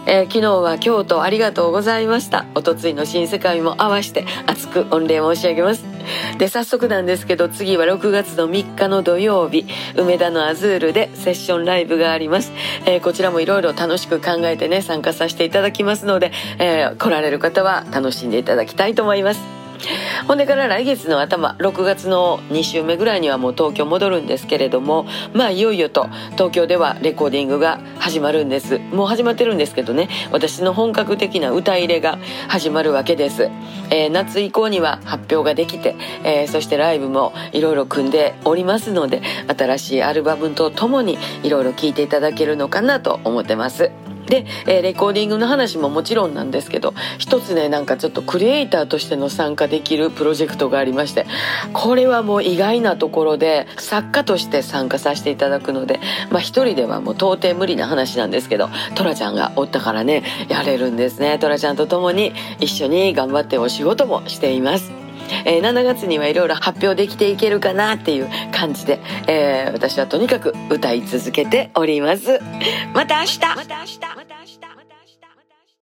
昨日は京都ありがとうございました。おとついの新世界も合わせて熱く御礼申し上げます。で、早速なんですけど、次は6月の3日の土曜日、梅田のアズールでセッションライブがあります。こちらもいろいろ楽しく考えてね、参加させていただきますので、来られる方は楽しんでいただきたいと思います。ほんでから来月の頭、6月の2週目ぐらいにはもう東京戻るんですけれども、いよいよと東京ではレコーディングが始まるんです。もう始まってるんですけどね、私の本格的な歌入れが始まるわけです。夏以降には発表ができて、そしてライブもいろいろ組んでおりますので、新しいアルバムとともにいろいろ聴いていただけるのかなと思ってます。で、レコーディングの話ももちろんなんですけど、一つね、なんかちょっとクリエイターとしての参加できるプロジェクトがありまして、これはもう意外なところで作家として参加させていただくので、一人ではもう到底無理な話なんですけど、トラちゃんがおったからね、やれるんですね。トラちゃんと共に一緒に頑張ってお仕事もしています。7月にはいろいろ発表できていけるかなっていう感じで、私はとにかく歌い続けております。また明日。